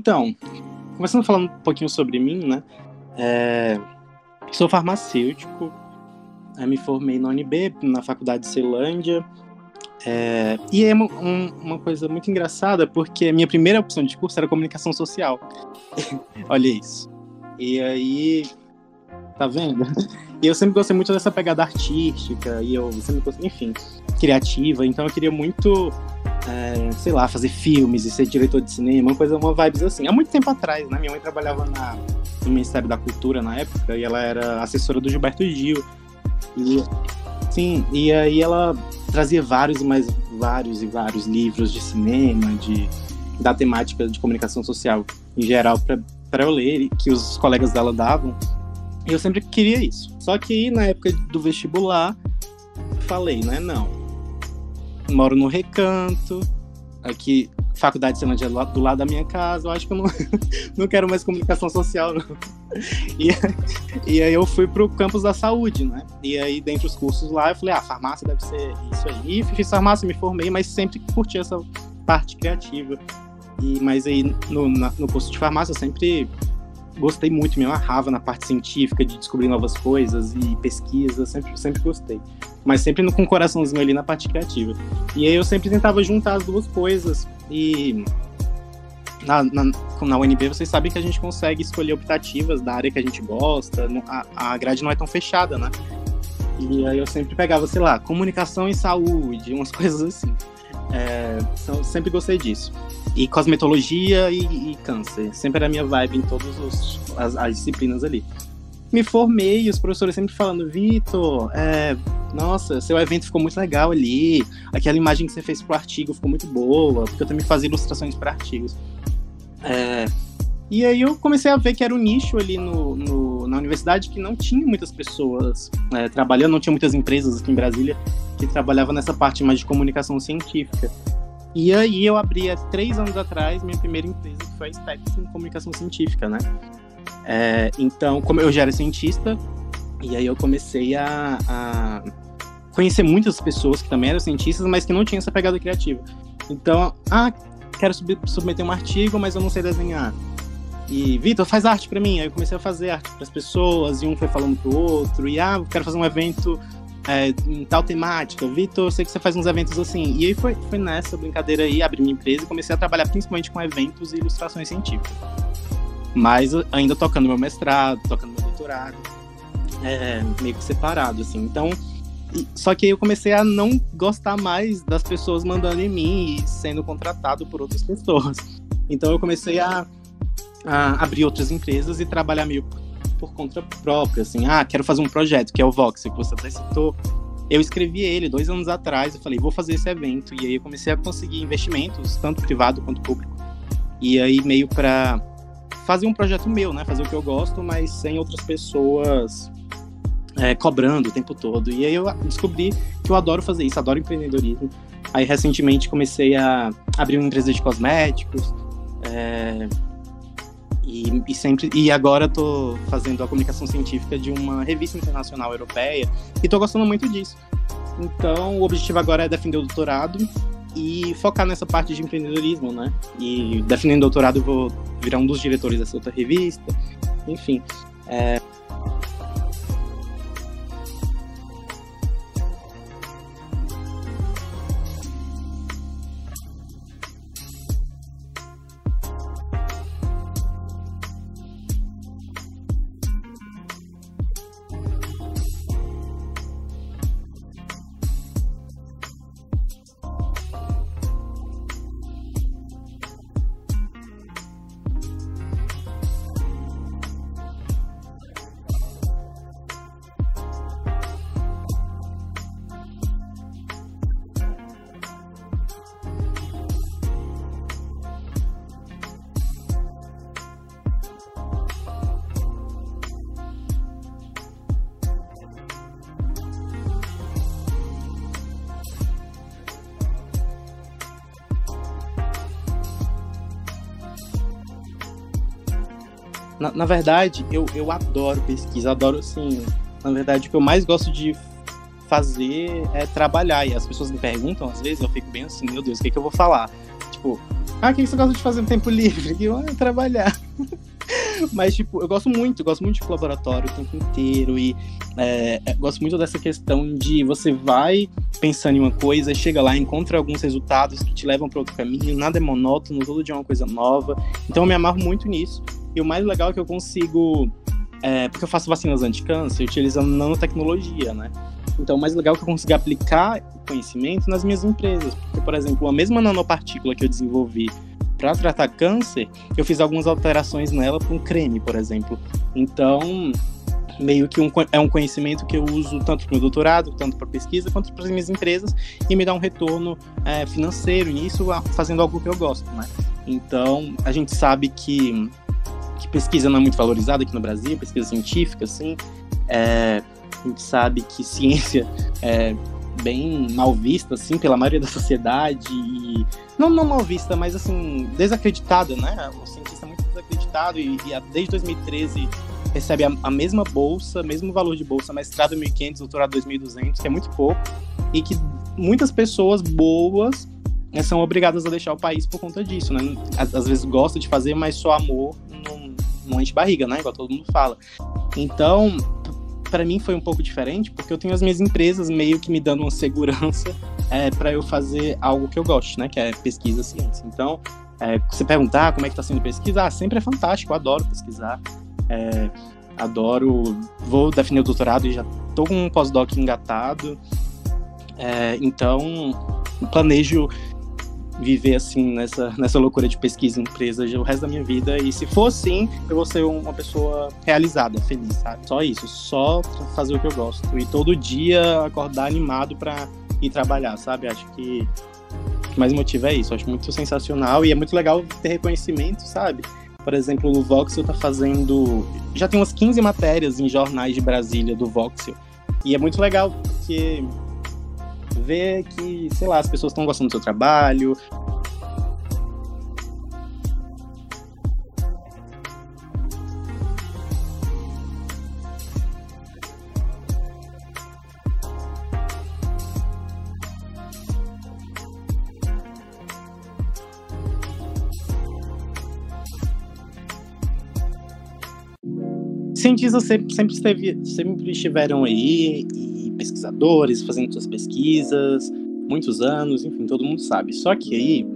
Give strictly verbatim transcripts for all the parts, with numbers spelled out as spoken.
Então, começando falando um pouquinho sobre mim, né? É, sou farmacêutico, me formei na U N B, na Faculdade de Ceilândia. É, e é uma, um, uma coisa muito engraçada, porque a minha primeira opção de curso era comunicação social. Olha isso. E aí, tá vendo? E eu sempre gostei muito dessa pegada artística, e eu sempre gostei, enfim, criativa. Então eu queria muito, é, sei lá, fazer filmes e ser diretor de cinema, uma coisa, uma vibes assim. Há muito tempo atrás, né? Minha mãe trabalhava na, no Ministério da Cultura na época, e ela era assessora do Gilberto Gil. E, sim, e aí ela trazia vários e mais vários e vários livros de cinema, de, da temática de comunicação social em geral, para eu ler, que os colegas dela davam. E eu sempre queria isso. Só que na época do vestibular, falei, né, não. Moro no Recanto, aqui, Faculdade de Ceilândia do lado da minha casa, eu acho que eu não, não quero mais comunicação social, não. E, e aí eu fui pro campus da saúde, né? E aí, dentre os cursos lá, eu falei, ah, farmácia deve ser isso aí. E fiz farmácia, me formei, mas sempre curti essa parte criativa. E, mas aí, no, na, no curso de farmácia, eu sempre gostei muito, me amarrava na parte científica, de descobrir novas coisas e pesquisa, sempre, sempre gostei. Mas sempre com um coraçãozinho ali na parte criativa. E aí eu sempre tentava juntar as duas coisas. E na, na, na U N B vocês sabem que a gente consegue escolher optativas da área que a gente gosta, a, a grade não é tão fechada, né? E aí eu sempre pegava, sei lá, comunicação e saúde, umas coisas assim. É, sempre gostei disso. E cosmetologia e, e câncer, sempre era a minha vibe em todas os, as, as disciplinas ali. Me formei e os professores sempre falando, Vitor, é, nossa, seu evento ficou muito legal ali, aquela imagem que você fez pro artigo ficou muito boa, porque eu também fazia ilustrações para artigos. É, e aí eu comecei a ver que era um nicho ali no, no, na universidade que não tinha muitas pessoas é, trabalhando, não tinha muitas empresas aqui em Brasília que trabalhavam nessa parte mais de comunicação científica. E aí eu abri há três anos atrás minha primeira empresa, que foi a Specs em comunicação científica, né? É, então, como eu já era cientista, e aí eu comecei a, a conhecer muitas pessoas que também eram cientistas, mas que não tinham essa pegada criativa. Então, ah, quero sub- submeter um artigo, mas eu não sei desenhar. E, Vitor, faz arte pra mim. Aí eu comecei a fazer arte pras pessoas, e um foi falando pro outro, e ah, eu quero fazer um evento é, em tal temática. Vitor, eu sei que você faz uns eventos assim. E aí foi, foi nessa brincadeira aí, abri minha empresa e comecei a trabalhar principalmente com eventos e ilustrações científicas. Mas ainda tocando meu mestrado, tocando meu doutorado, é, meio que separado, assim. Então, só que aí eu comecei a não gostar mais das pessoas mandando em mim e sendo contratado por outras pessoas. Então eu comecei a, a abrir outras empresas e trabalhar meio por, por conta própria, assim. Ah, quero fazer um projeto, que é o Voxel, que você até citou. Eu escrevi ele dois anos atrás, eu falei, vou fazer esse evento. E aí eu comecei a conseguir investimentos, tanto privado quanto público. E aí meio pra fazer um projeto meu, né? Fazer o que eu gosto, mas sem outras pessoas é, cobrando o tempo todo. E aí eu descobri que eu adoro fazer isso, adoro empreendedorismo. Aí recentemente comecei a abrir uma empresa de cosméticos. É, e, e, sempre, e agora tô fazendo a comunicação científica de uma revista internacional europeia. E tô gostando muito disso. Então o objetivo agora é defender o doutorado e focar nessa parte de empreendedorismo, né? E defendendo doutorado eu vou virar um dos diretores dessa outra revista. Enfim. É... Na, na verdade, eu, eu adoro pesquisa, adoro, assim, na verdade, o que eu mais gosto de fazer é trabalhar, e as pessoas me perguntam, às vezes, eu fico bem assim, meu Deus, o que, que eu vou falar? Tipo, Ah, o que você gosta de fazer no tempo livre? Eu, ah, trabalhar. Mas, tipo, eu gosto muito, eu gosto muito de laboratório o tempo inteiro e é, gosto muito dessa questão de você vai pensando em uma coisa, chega lá, encontra alguns resultados que te levam para outro caminho, nada é monótono, todo dia é uma coisa nova. Então eu me amarro muito nisso. E o mais legal é que eu consigo, é, porque eu faço vacinas anti-câncer utilizando nanotecnologia, né? Então o mais legal é que eu consigo aplicar o conhecimento nas minhas empresas. Porque, por exemplo, a mesma nanopartícula que eu desenvolvi para tratar câncer, eu fiz algumas alterações nela para um creme, por exemplo. Então, meio que um, é um conhecimento que eu uso tanto para o meu doutorado, tanto para pesquisa, quanto para as minhas empresas, e me dá um retorno é, financeiro nisso, fazendo algo que eu gosto, né? Então, a gente sabe que, que pesquisa não é muito valorizada aqui no Brasil, pesquisa científica, assim. É, a gente sabe que ciência é bem mal vista, assim, pela maioria da sociedade, e não, não mal vista, mas, assim, desacreditada, né? O cientista é muito desacreditado, e, e desde dois mil e treze recebe a, a mesma bolsa, mesmo valor de bolsa, mestrado mil e quinhentos, doutorado dois mil e duzentos, que é muito pouco, e que muitas pessoas boas né, são obrigadas a deixar o país por conta disso, né? Às, às vezes gosta de fazer, mas só amor não, não enche barriga, né? Igual todo mundo fala. Então, para mim foi um pouco diferente, porque eu tenho as minhas empresas meio que me dando uma segurança é, para eu fazer algo que eu gosto, né? Que é pesquisa, ciência. Então, é, você perguntar como é que tá sendo pesquisa, ah, sempre é fantástico, eu adoro pesquisar, é, adoro, vou defender o doutorado e já tô com um pós-doc engatado, é, então planejo viver assim nessa, nessa loucura de pesquisa em empresa o resto da minha vida, e se for assim, eu vou ser uma pessoa realizada, feliz, sabe? Só isso, só fazer o que eu gosto, e todo dia acordar animado pra ir trabalhar, sabe? Acho que o que mais motiva é isso, acho muito sensacional, e é muito legal ter reconhecimento, sabe? Por exemplo, o Voxel tá fazendo, já tem umas quinze matérias em jornais de Brasília do Voxel, e é muito legal porque ver que, sei lá, as pessoas estão gostando do seu trabalho. Cientistas sempre, sempre, esteve, sempre estiveram aí, e pesquisadores fazendo suas pesquisas, muitos anos, enfim, todo mundo sabe. Só que aí,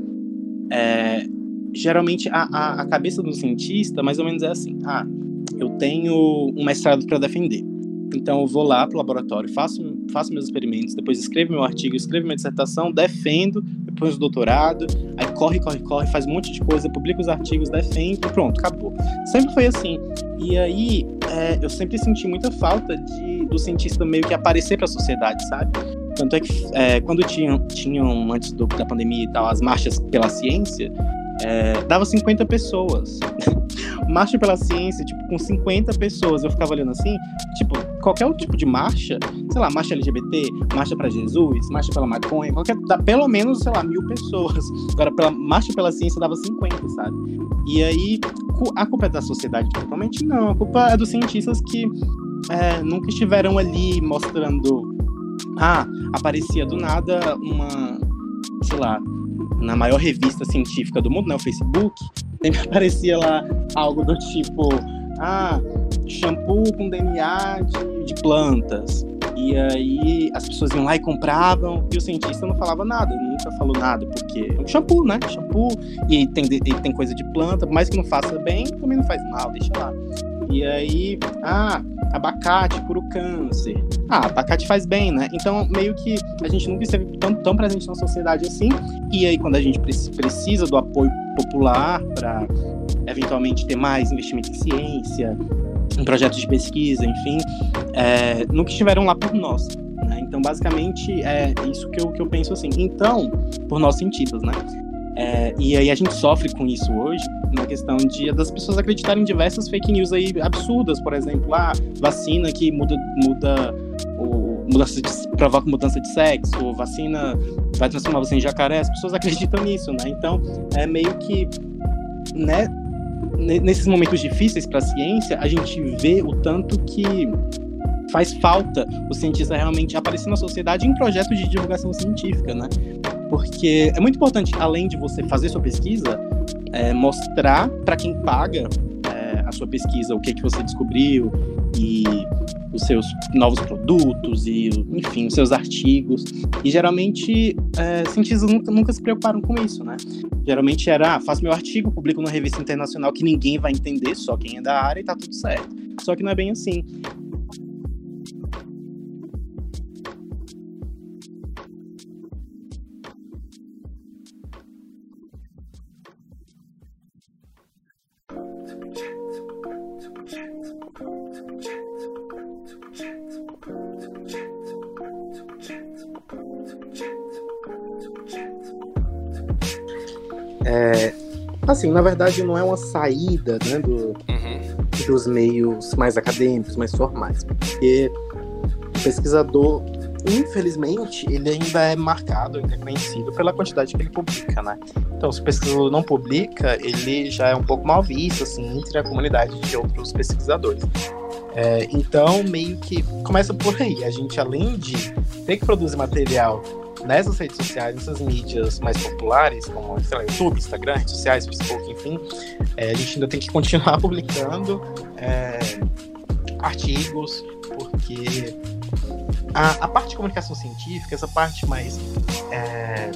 é, geralmente, a, a, a cabeça do cientista mais ou menos é assim: ah, eu tenho um mestrado para defender, então eu vou lá pro laboratório, faço, faço meus experimentos, depois escrevo meu artigo, escrevo minha dissertação, defendo, depois o doutorado, aí corre, corre, corre, faz um monte de coisa, publica os artigos, defende, e pronto, acabou. Sempre foi assim. E aí, é, eu sempre senti muita falta de, do cientista meio que aparecer para a sociedade, sabe? Tanto é que é, quando tinham, tinham, antes do, da pandemia e tal, as marchas pela ciência, é, dava cinquenta pessoas. Marcha pela ciência, tipo, com cinquenta pessoas. Eu ficava olhando assim, tipo, qualquer tipo de marcha, sei lá, marcha L G B T, marcha pra Jesus, marcha pela maconha, qualquer, dá pelo menos, sei lá, mil pessoas. Agora, pela marcha pela ciência dava cinquenta, sabe? E aí, a culpa é da sociedade totalmente? Não, a culpa é dos cientistas que é, nunca estiveram ali mostrando. Ah, aparecia do nada uma, sei lá, na maior revista científica do mundo, né, o Facebook, sempre aparecia lá algo do tipo, ah, shampoo com D N A de, de plantas. E aí as pessoas iam lá e compravam, e o cientista não falava nada, nunca falou nada, porque é um shampoo, né? Shampoo, e tem, e tem coisa de planta, por mais que não faça bem, também não faz mal, deixa lá. E aí, ah, abacate cura o câncer. Ah, abacate faz bem, né? Então, meio que a gente nunca esteve tão, tão presente na sociedade assim. E aí, quando a gente precisa do apoio popular para eventualmente ter mais investimento em ciência, em projetos de pesquisa, enfim, é, nunca estiveram lá por nós, né? Então, basicamente, é isso que eu, que eu penso assim. Então, por nós cientistas, né? É, e aí a gente sofre com isso hoje, na questão de, das pessoas acreditarem em diversas fake news aí absurdas, por exemplo, ah, vacina que muda, muda, ou, mudança de, provoca mudança de sexo, ou vacina vai transformar você em jacaré, as pessoas acreditam nisso, né? Então, é meio que, né, nesses momentos difíceis para a ciência, a gente vê o tanto que faz falta o cientista realmente aparecer na sociedade em projetos de divulgação científica, né? porque é muito importante, além de você fazer sua pesquisa, é, mostrar para quem paga é, a sua pesquisa o que, que você descobriu e os seus novos produtos e, enfim, os seus artigos. E geralmente é, cientistas nunca, nunca se preocuparam com isso, né? Geralmente era, ah, faço meu artigo, publico numa revista internacional que ninguém vai entender, só quem é da área, e tá tudo certo. Só que não é bem assim. É, assim, na verdade não é uma saída, né, do, Uhum. dos meios mais acadêmicos, mais formais, porque o pesquisador, infelizmente, ele ainda é marcado, ainda é conhecido pela quantidade que ele publica, né? Então, se o pesquisador não publica, ele já é um pouco mal visto, assim, entre a comunidade de outros pesquisadores. É, então, meio que começa por aí. A gente, além de ter que produzir material nessas redes sociais, nessas mídias mais populares, como, sei lá, YouTube, Instagram, redes sociais, Facebook, enfim, é, a gente ainda tem que continuar publicando é, artigos, porque a, a parte de comunicação científica, essa parte mais, é,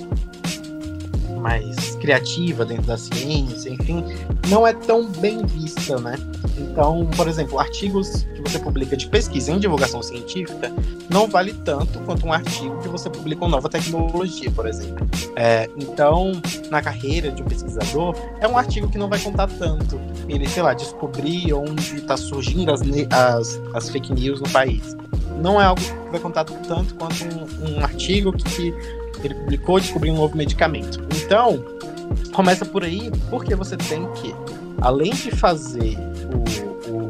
mais criativa dentro da ciência, enfim, não é tão bem vista, né? Então, por exemplo, artigos que você publica de pesquisa em divulgação científica não vale tanto quanto um artigo que você publica com nova tecnologia, por exemplo. É, então, na carreira de um pesquisador, é um artigo que não vai contar tanto. Ele, sei lá, descobrir onde está surgindo as, as, as fake news no país. Não é algo que vai contar tanto quanto um, um artigo que, que ele publicou descobrindo um novo medicamento. Então, começa por aí, porque você tem que, além de fazer o, o,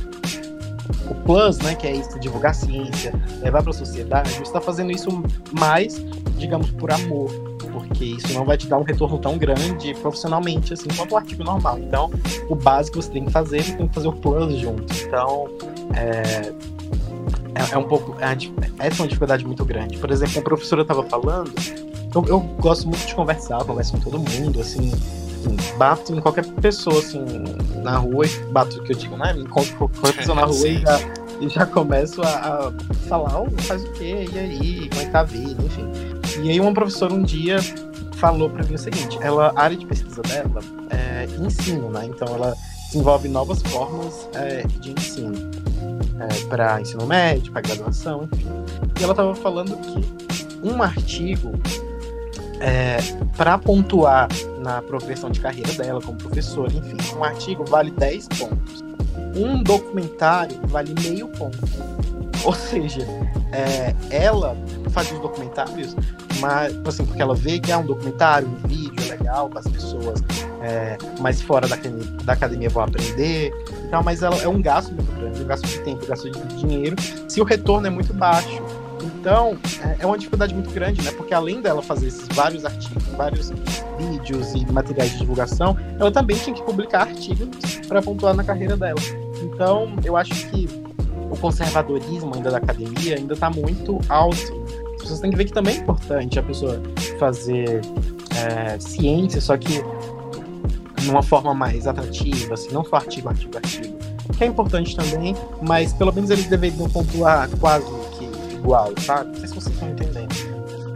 o plus, né, que é isso, divulgar ciência, levar para a sociedade, você está fazendo isso mais, digamos, por amor, porque isso não vai te dar um retorno tão grande profissionalmente, assim, quanto o artigo normal. Então, o básico você tem que fazer, você tem que fazer o plus junto. Então, é, é, é um pouco... É, essa é uma dificuldade muito grande. Por exemplo, a professora estava falando, eu, eu gosto muito de conversar, converso com todo mundo, assim, bato em qualquer pessoa, assim, na rua, e bato o que eu digo, né? Me encontro com qualquer pessoa na rua e já, e já começo a, a falar, oh, faz o quê? E aí? Como é que tá a vida? Enfim. E aí uma professora um dia falou pra mim o seguinte, ela, a área de pesquisa dela é ensino, né? Então ela desenvolve novas formas é, de ensino. É, para ensino médio, para graduação, enfim. E ela estava falando que um artigo, é, para pontuar na progressão de carreira dela como professora, enfim, um artigo vale dez pontos. Um documentário vale meio ponto. Ou seja, é, ela faz os documentários, mas, assim, porque ela vê que é um documentário, um vídeo é legal para as pessoas é, mais fora da, da academia vão aprender, então, mas ela, é um gasto muito grande, um gasto de tempo, um gasto de dinheiro, se o retorno é muito baixo. Então, é, é uma dificuldade muito grande, né? Porque além dela fazer esses vários artigos, vários vídeos e materiais de divulgação, ela também tinha que publicar artigos para pontuar na carreira dela. Então, eu acho que o conservadorismo ainda da academia ainda está muito alto. As pessoas têm que ver que também é importante a pessoa fazer é, ciência, só que numa forma mais atrativa, assim, não só artigo, artigo, artigo, que é importante também, mas pelo menos eles deveriam pontuar quase que igual, sabe? Não sei se vocês estão entendendo.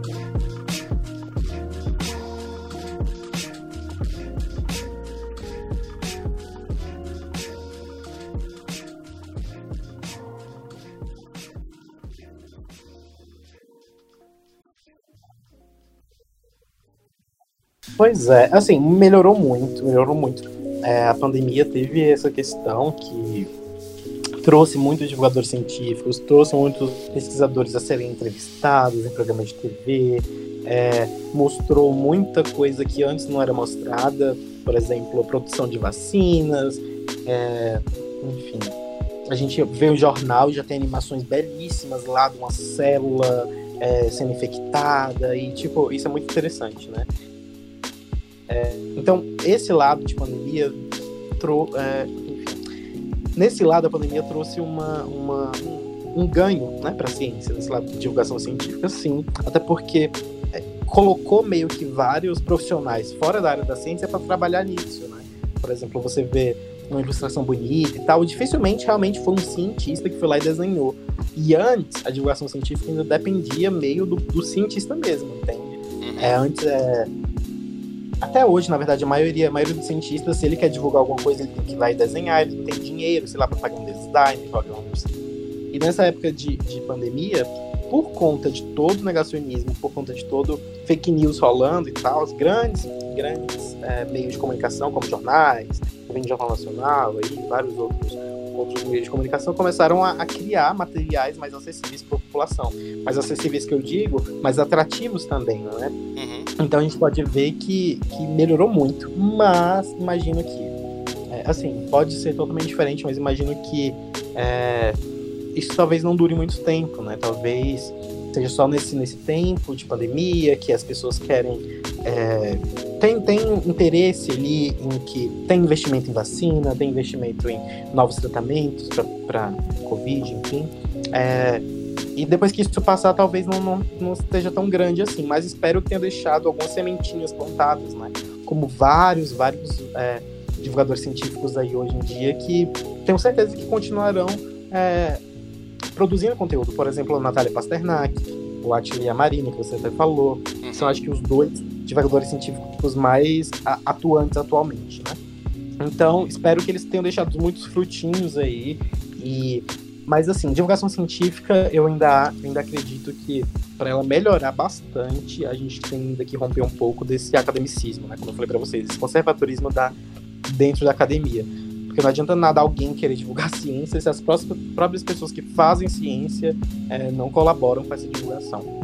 Pois é, assim, melhorou muito, melhorou muito. É, a pandemia teve essa questão que trouxe muitos divulgadores científicos, trouxe muitos pesquisadores a serem entrevistados em programas de T V, é, mostrou muita coisa que antes não era mostrada, por exemplo, a produção de vacinas, é, enfim. A gente vê o jornal e já tem animações belíssimas lá de uma célula é, sendo infectada, e tipo, isso é muito interessante, né? É, então, esse lado de pandemia, trou- é, enfim, nesse lado a pandemia trouxe uma, uma, um, um ganho, né, para a ciência, nesse lado de divulgação científica, sim, até porque colocou meio que vários profissionais fora da área da ciência para trabalhar nisso, né? Por exemplo, você vê uma ilustração bonita e tal, dificilmente realmente foi um cientista que foi lá e desenhou. E antes, a divulgação científica ainda dependia meio do, do cientista mesmo, entende? Uhum. É, antes, é... até hoje, na verdade, a maioria, a maioria dos cientistas, se ele quer divulgar alguma coisa, ele tem que ir lá e desenhar, ele não tem dinheiro, sei lá, para pagar um design, pagar um... E nessa época de, de pandemia, por conta de todo o negacionismo, por conta de todo fake news rolando e tal, os grandes, grandes é, meios de comunicação, como jornais, o Jornal Nacional, e vários outros, outros meios de comunicação, começaram a, a criar materiais mais acessíveis para a população. Mais acessíveis que eu digo, mais atrativos também, não é? Uhum. Então a gente pode ver que, que melhorou muito, mas imagino que, é, assim, pode ser totalmente diferente, mas imagino que é, isso talvez não dure muito tempo, né? Talvez seja só nesse, nesse tempo de pandemia que as pessoas querem... É, tem, tem interesse ali em que tem investimento em vacina, tem investimento em novos tratamentos para Covid, enfim. É, e depois que isso passar, talvez não, não, não esteja tão grande assim, mas espero que tenha deixado algumas sementinhas plantadas, né? Como vários, vários é, divulgadores científicos aí hoje em dia que tenho certeza que continuarão é, produzindo conteúdo. Por exemplo, a Natália Pasternak, o Atila Marini, que você até falou, uhum. São acho que os dois divulgadores científicos mais a, atuantes atualmente, né? Então, espero que eles tenham deixado muitos frutinhos aí. E, mas assim, divulgação científica, eu ainda, ainda acredito que para ela melhorar bastante, a gente tem ainda que romper um pouco desse academicismo, né? Como eu falei para vocês, esse conservadorismo da, dentro da academia. Porque não adianta nada alguém querer divulgar ciência se as próprias, próprias pessoas que fazem ciência é, não colaboram com essa divulgação.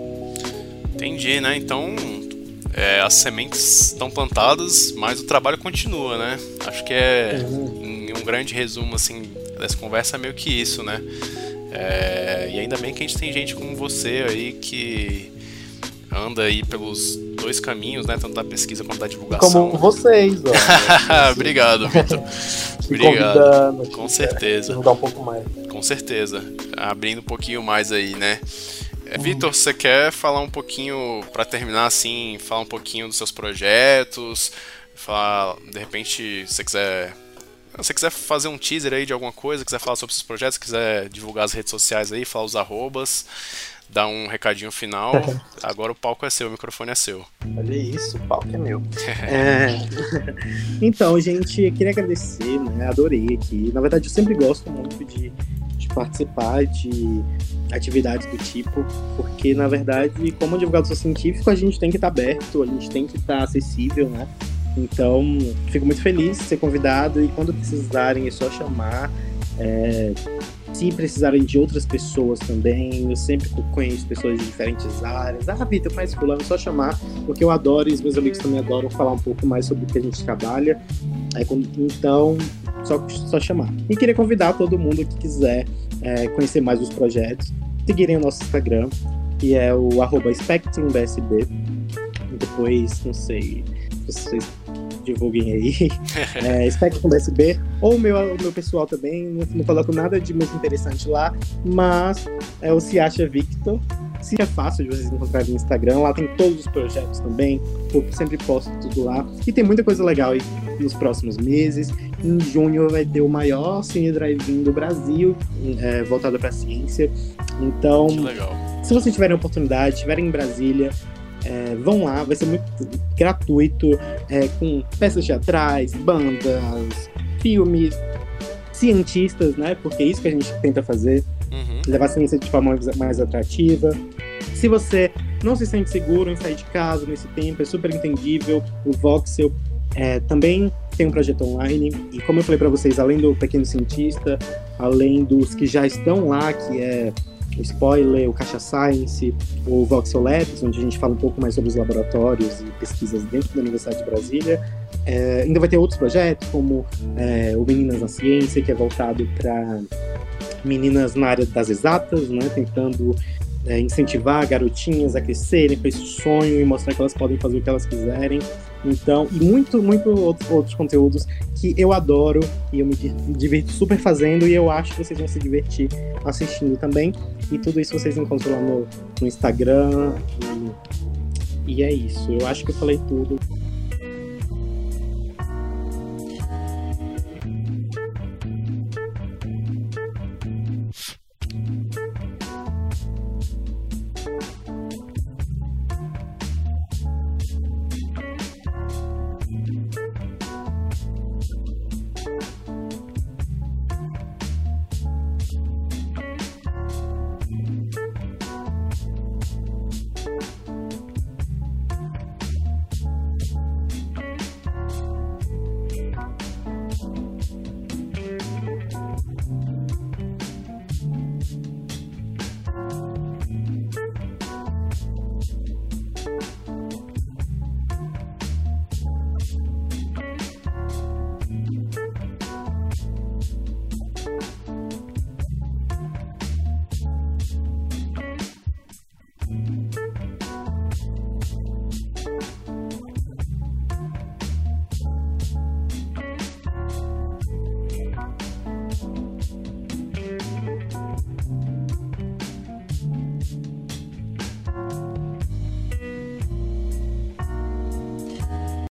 Entendi, né? Então, é, as sementes estão plantadas, mas o trabalho continua, né? Acho que é, uhum. em um grande resumo, assim, dessa conversa é meio que isso, né? É, e ainda bem que a gente tem gente como você aí que anda aí pelos dois caminhos, né? Tanto da pesquisa quanto da divulgação. Como vocês, ó. Obrigado, Vitor. Obrigado. Com certeza. Divulgar um pouco mais. Com certeza. Abrindo um pouquinho mais aí, né? É, Vitor, você quer falar um pouquinho, para terminar assim, falar um pouquinho dos seus projetos, falar, de repente, se você quiser, se você quiser fazer um teaser aí de alguma coisa, quiser falar sobre os seus projetos, quiser divulgar as redes sociais aí, falar os arrobas, dar um recadinho final, agora o palco é seu, o microfone é seu. Olha isso, o palco é meu. é... Então, gente, eu queria agradecer, né, adorei aqui. Na verdade, eu sempre gosto muito de, de participar de atividades do tipo, porque, na verdade, como divulgador científico, a gente tem que estar aberto, a gente tem que estar acessível, né? Então, fico muito feliz de ser convidado e quando precisarem é só chamar. É... Se precisarem de outras pessoas também, eu sempre conheço pessoas de diferentes áreas. Ah, Vitor, faz fulano, é só chamar, porque eu adoro e os meus amigos também adoram falar um pouco mais sobre o que a gente trabalha. Então, só, só chamar. E queria convidar todo mundo que quiser é, conhecer mais os projetos, seguirem o nosso Instagram, que é o arroba SpectrumBSB. Depois, não sei, vocês divulguem aí, é, SpectrumBSB, ou o meu, o meu pessoal também, não, não coloco nada de muito interessante lá, mas é o Se Acha Victor. Se é fácil de vocês encontrarem no Instagram, lá tem todos os projetos também, eu sempre posto tudo lá, e tem muita coisa legal aí nos próximos meses. Em junho vai ter o maior Cine Drive-In do Brasil, é, voltado para a ciência, então, se vocês tiverem a oportunidade, estiverem em Brasília, É, vão lá, vai ser muito gratuito, é, com peças teatrais, bandas, filmes, cientistas, né? Porque é isso que a gente tenta fazer, uhum. levar a ciência de forma mais, mais atrativa. Se você não se sente seguro em sair de casa nesse tempo, é super entendível. O Voxel é, também tem um projeto online, e como eu falei para vocês, além do Pequeno Cientista, além dos que já estão lá, que é o Spoiler, o Caixa Science, o Voxel Labs, onde a gente fala um pouco mais sobre os laboratórios e pesquisas dentro da Universidade de Brasília. É, ainda vai ter outros projetos, como é, o Meninas na Ciência, que é voltado para meninas na área das exatas, né, tentando é, incentivar garotinhas a crescerem com esse sonho e mostrar que elas podem fazer o que elas quiserem. Então, e muito, muito outros, outros conteúdos que eu adoro e eu me divirto super fazendo, e eu acho que vocês vão se divertir assistindo também. E tudo isso vocês encontram lá no, no Instagram. E é isso. Eu acho que eu falei tudo.